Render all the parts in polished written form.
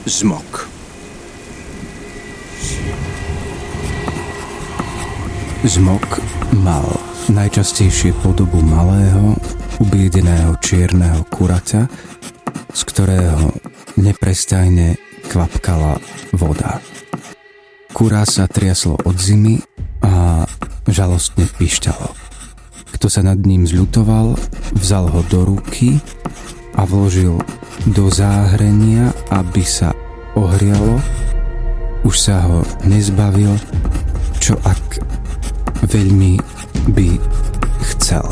Zmok. Zmok mal najčastejšie podobu malého, ubiedeného čierneho kuraťa, z ktorého neprestajne kvapkala voda. Kurá sa triaslo od zimy a žalostne pišťalo. Kto sa nad ním zľutoval, vzal ho do ruky a vložil do záhrenia, aby sa ohrialo. Už sa ho nezbavil, čo ak veľmi by chcel.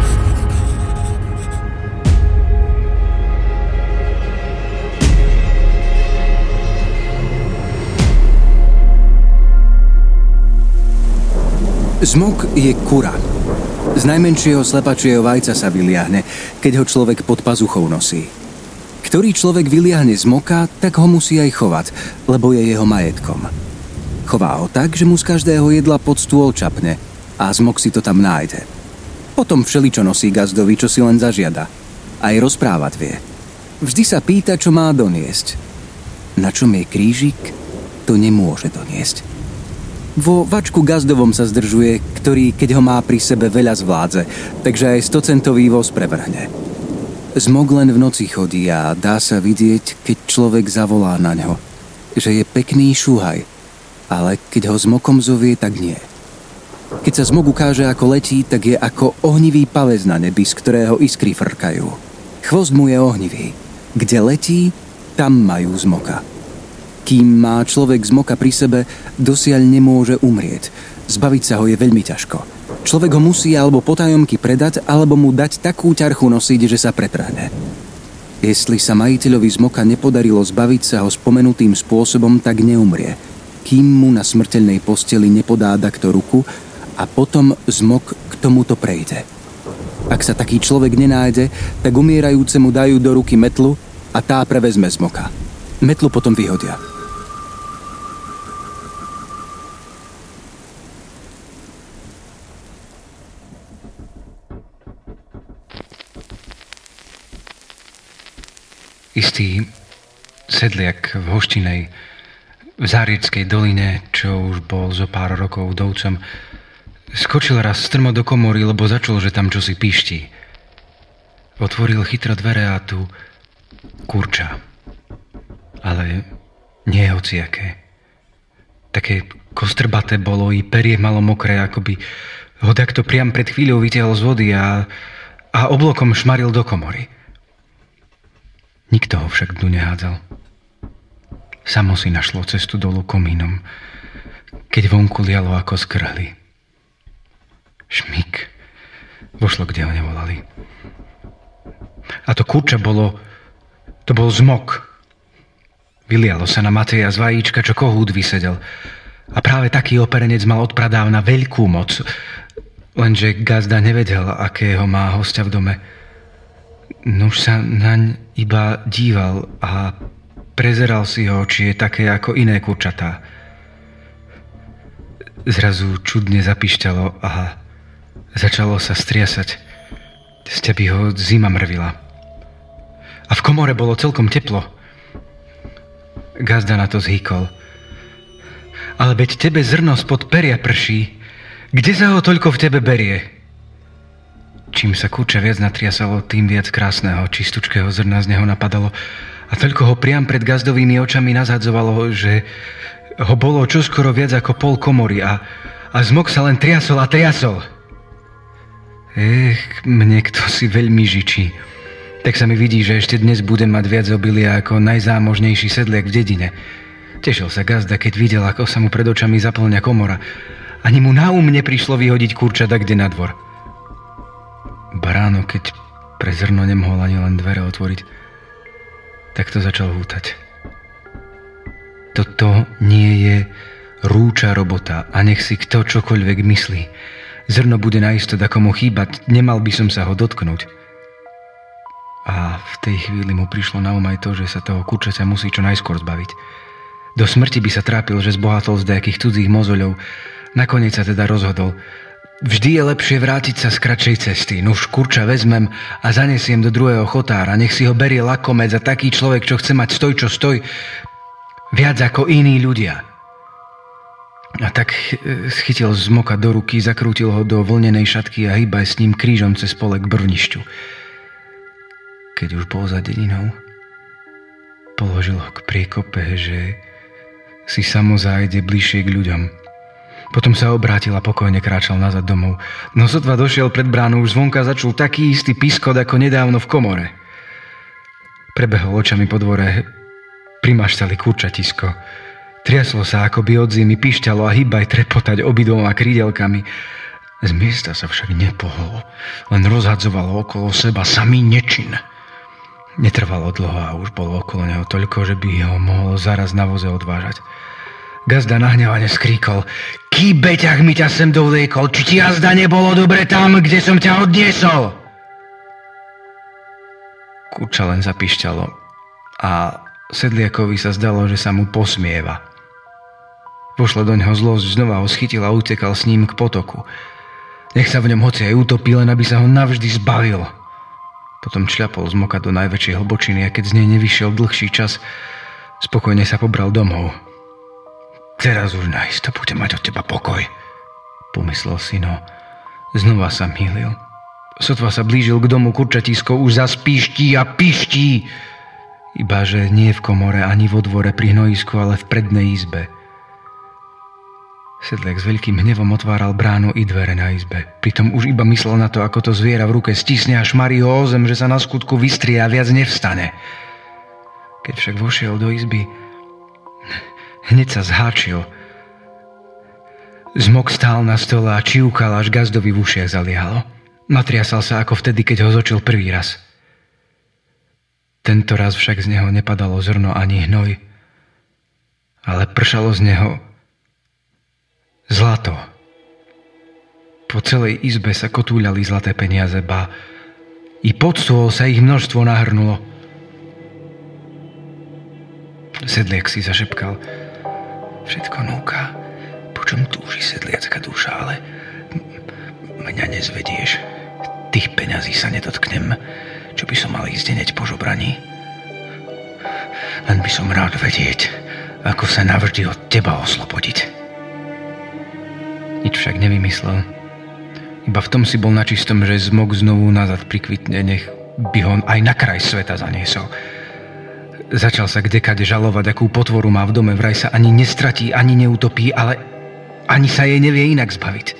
Zmok je kura. Z najmenšieho slepačieho vajca sa vyliahne, keď ho človek pod pazuchou nosí. Ktorý človek vyliahne zmoka, tak ho musí aj chovať, lebo je jeho majetkom. Chová ho tak, že mu z každého jedla pod stôl čapne a zmok si to tam nájde. Potom všeličo nosí gazdovi, čo si len zažiada. Aj rozprávať vie. Vždy sa pýta, čo má doniesť. Na čom je krížik, to nemôže doniesť. Vo vačku gazdovom sa zdržuje, ktorý, keď ho má pri sebe, veľa zvládze, takže aj 100-centový voz prevrhne. Zmok len v noci chodí a dá sa vidieť, keď človek zavolá na ňo, že je pekný šúhaj, ale keď ho zmokom zovie, tak nie. Keď sa zmok ukáže, ako letí, tak je ako ohnivý pavec na nebi, z ktorého iskry frkajú. Chvost mu je ohnivý. Kde letí, tam majú zmoka. Kým má človek zmoka pri sebe, dosiaľ nemôže umrieť. Zbaviť sa ho je veľmi ťažko. Človek ho musí alebo potajomky predať, alebo mu dať takú ťarchu nosiť, že sa pretrhne. Jestli sa majiteľovi zmoka nepodarilo zbaviť sa ho spomenutým spôsobom, tak neumrie, kým mu na smrteľnej posteli nepodá dakto ruku a potom zmok k tomuto prejde. Ak sa taký človek nenájde, tak umierajúcemu dajú do ruky metlu a tá prevezme zmoka. Metlu potom vyhodia. Istý sedliak v Hoštinej, v Zárieckej doline, čo už bol zo pár rokov vdovcom, skočil raz strmo do komory, lebo začul, že tam čosi píšti. Otvoril chytro dvere a tu kurča. Ale nie hociaké. Také kostrbaté bolo i perie malo mokré, ako by ho takto priam pred chvíľou vytiahol z vody a oblokom šmaril do komory. Nikto ho však dnu nehádzal. Samo si našlo cestu dolu komínom, keď vonku lialo ako z krhly. Šmik. Vošlo, kde ho nevolali. A to kurča to bol zmok. Vylialo sa na Mateja z vajíčka, čo kohút vysedel. A práve taký operenec mal odpradávna veľkú moc, lenže gazda nevedel, akého má hostia v dome. Nuž sa naň iba díval a prezeral si ho, či je také ako iné kurčatá. Zrazu čudne zapišťalo a začalo sa striasať. Z teby ho zima mrvila. A v komore bolo celkom teplo. Gazda na to zhýkol. Ale veď tebe zrno spod peria prší. Kde sa ho toľko v tebe berie? Čím sa kurča viac natriasalo, tým viac krásneho, čistúčkého zrna z neho napadalo a toľko ho priam pred gazdovými očami nazadzovalo, že ho bolo čoskoro viac ako pol komory a zmok sa len triasol a triasol. Mne kto si veľmi žičí. Tak sa mi vidí, že ešte dnes budem mať viac obilia ako najzámožnejší sedliak v dedine. Tešil sa gazda, keď videl, ako sa mu pred očami zaplňa komora. Ani mu na neprišlo vyhodiť kurčata kde na dvor. Baráno, keď pre zrno nemohol ani len dvere otvoriť, tak to začal hútať. Toto nie je rúča robota a nech si kto čokoľvek myslí. Zrno bude naisto komu chýbať, nemal by som sa ho dotknúť. A v tej chvíli mu prišlo na aj to, že sa toho kurčaťa musí čo najskôr zbaviť. Do smrti by sa trápil, že zbohatol z nejakých cudzích mozoľov. Nakoniec sa teda rozhodol. Vždy je lepšie vrátiť sa z kratšej cesty. Nuž kurča vezmem a zanesiem do druhého chotára. Nech si ho berie lakomec a taký človek, čo chce mať stoj, čo stoj, Viac ako iní ľudia. A tak schytil Zmoka do ruky, zakrútil ho do vlnenej šatky a hýbaj s ním krížom cez pole k brvnišťu. Keď už bol za dedinou, položil ho k priekope, že si samo zájde bližšie k ľuďom. Potom sa obrátil a pokojne kráčal nazad domov. No sotva došiel pred bránou, už zvonka začul taký istý piskot ako nedávno v komore. Prebehol očami po dvore, primaštali kurčatisko. Triaslo sa, ako by od zimy, píšťalo a hýbaj trepotať obidvoma krídelkami. Z miesta sa však nepohol, len rozhadzovalo okolo seba samý nečin. Netrvalo dlho a už bolo okolo neho toľko, že by ho mohol zaraz na voze odvážať. Gazda nahnevane skríkol: Ký beťah mi ťa sem dovliekol, či ti jazda nebolo dobre tam, kde som ťa odniesol? Kurča len zapíšťalo a sedliakovi sa zdalo, že sa mu posmieva. Vošla do neho zlosť, znova ho schytil a utekal s ním k potoku. Nech sa v ňom hoci aj utopí, len aby sa ho navždy zbavil. Potom čľapol Zmoka do najväčšej hlbočiny a keď z nej nevyšiel dlhší čas, spokojne sa pobral domov. Teraz už naisto budem mať od teba pokoj, pomyslel si, no znova sa mýlil. Sotva sa blížil k domu, kurčatisko už zas píští a píští. Ibaže nie v komore ani vo dvore pri hnojisku, ale v prednej izbe. Sedliak s veľkým hnevom otváral bránu i dvere na izbe. Pritom už iba myslel na to, ako to zviera v ruke stisne a šmarí ho o zem, že sa na skutku vystrie a viac nevstane. Keď však vošiel do izby, hneď sa zháčil. Zmok stál na stole a čiukal, až gazdovi v ušiach zaliehalo. Natriasal sa ako vtedy, keď ho zočil prvý raz. Tento raz však z neho nepadalo zrno ani hnoj, ale pršalo z neho zlato. Po celej izbe sa kotúľali zlaté peniaze, ba i pod stôl sa ich množstvo nahrnulo. Sedliak si zašepkal: Všetko núka, po čom túži sedliacka duša, ale mňa nezvedieš. Tých peňazí sa nedotknem, čo by som mal ísť deneť po žobraní. Len by som rád vedieť, ako sa navždy od teba oslobodiť. Nič však nevymyslel. Iba v tom si bol načistom, že Zmok znovu nazad prikvitne, nech by ho aj na kraj sveta zaniesol. Začal sa kdekade žalovať, akú potvoru má v dome, vraj sa ani nestratí, ani neutopí, ale ani sa jej nevie inak zbaviť.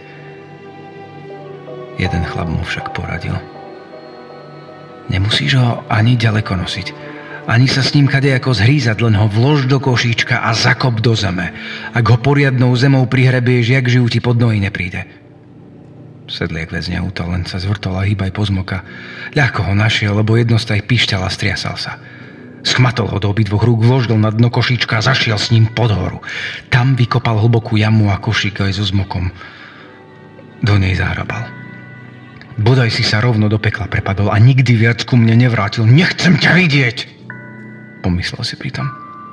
Jeden chlap mu však poradil: Nemusíš ho ani ďaleko nosiť, ani sa s ním kadejako zhrízať, len ho vlož do košíčka a zakop do zeme. Ak ho poriadnou zemou prihrebieš, jak žijú ti pod nohy nepríde. Sedliak vec neútal, len sa zvrtol a hýbaj po Zmoka. Ľahko ho našiel, lebo jednostaj píšťal a striasal sa. Schmatol ho do obidvoch rúk, vložil na dno košíčka a zašiel s ním pod horu. Tam vykopal hlbokú jamu a košík aj so Zmokom do nej zahrabal. Bodaj si sa rovno do pekla prepadol a nikdy viac ku mne nevrátil. Nechcem ťa vidieť, pomyslel si pritom.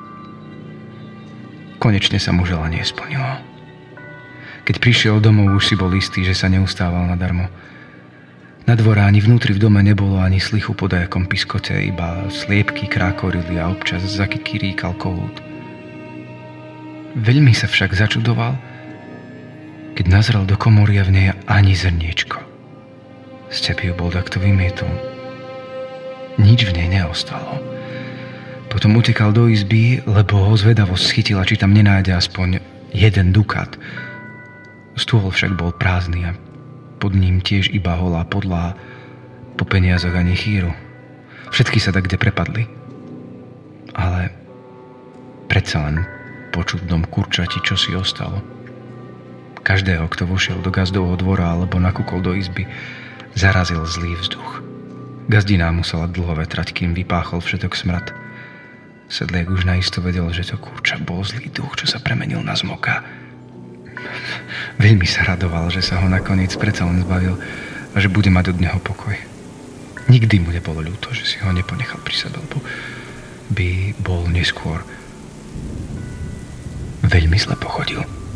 Konečne sa mu želanie splnilo. Keď prišiel domov, už si bol istý, že sa neustával nadarmo. Na dvore ani vnútri v dome nebolo ani slychu po dajakom piskote, iba sliepky krákorili a občas zakikiríkal kohút. Veľmi sa však začudoval, keď nazrel do komory a v nej ani zrniečko. Z tepy ju bol takto vymietol. Nič v nej neostalo. Potom utekal do izby, lebo ho zvedavosť schytila, či tam nenájde aspoň jeden dukát. Stôl však bol prázdny a pod ním tiež iba holá podlaha, po peniazoch ani chýru. Všetky sa tak kde prepadli. Ale predsa len po čudnom kurčati, čo si ostalo. Každého, kto vošiel do gazdovho dvora alebo nakúkol do izby, zarazil zlý vzduch. Gazdina musela dlho vetrať, kým vypáchol všetok smrad. Sedliak už naisto vedel, že to kurča bol zlý duch, čo sa premenil na Zmoka. Veľmi sa radoval, že sa ho nakoniec predsa len zbavil a že bude mať od neho pokoj. Nikdy mu nebolo ľúto, že si ho neponechal pri sebe, lebo by bol neskôr veľmi zle pochodil.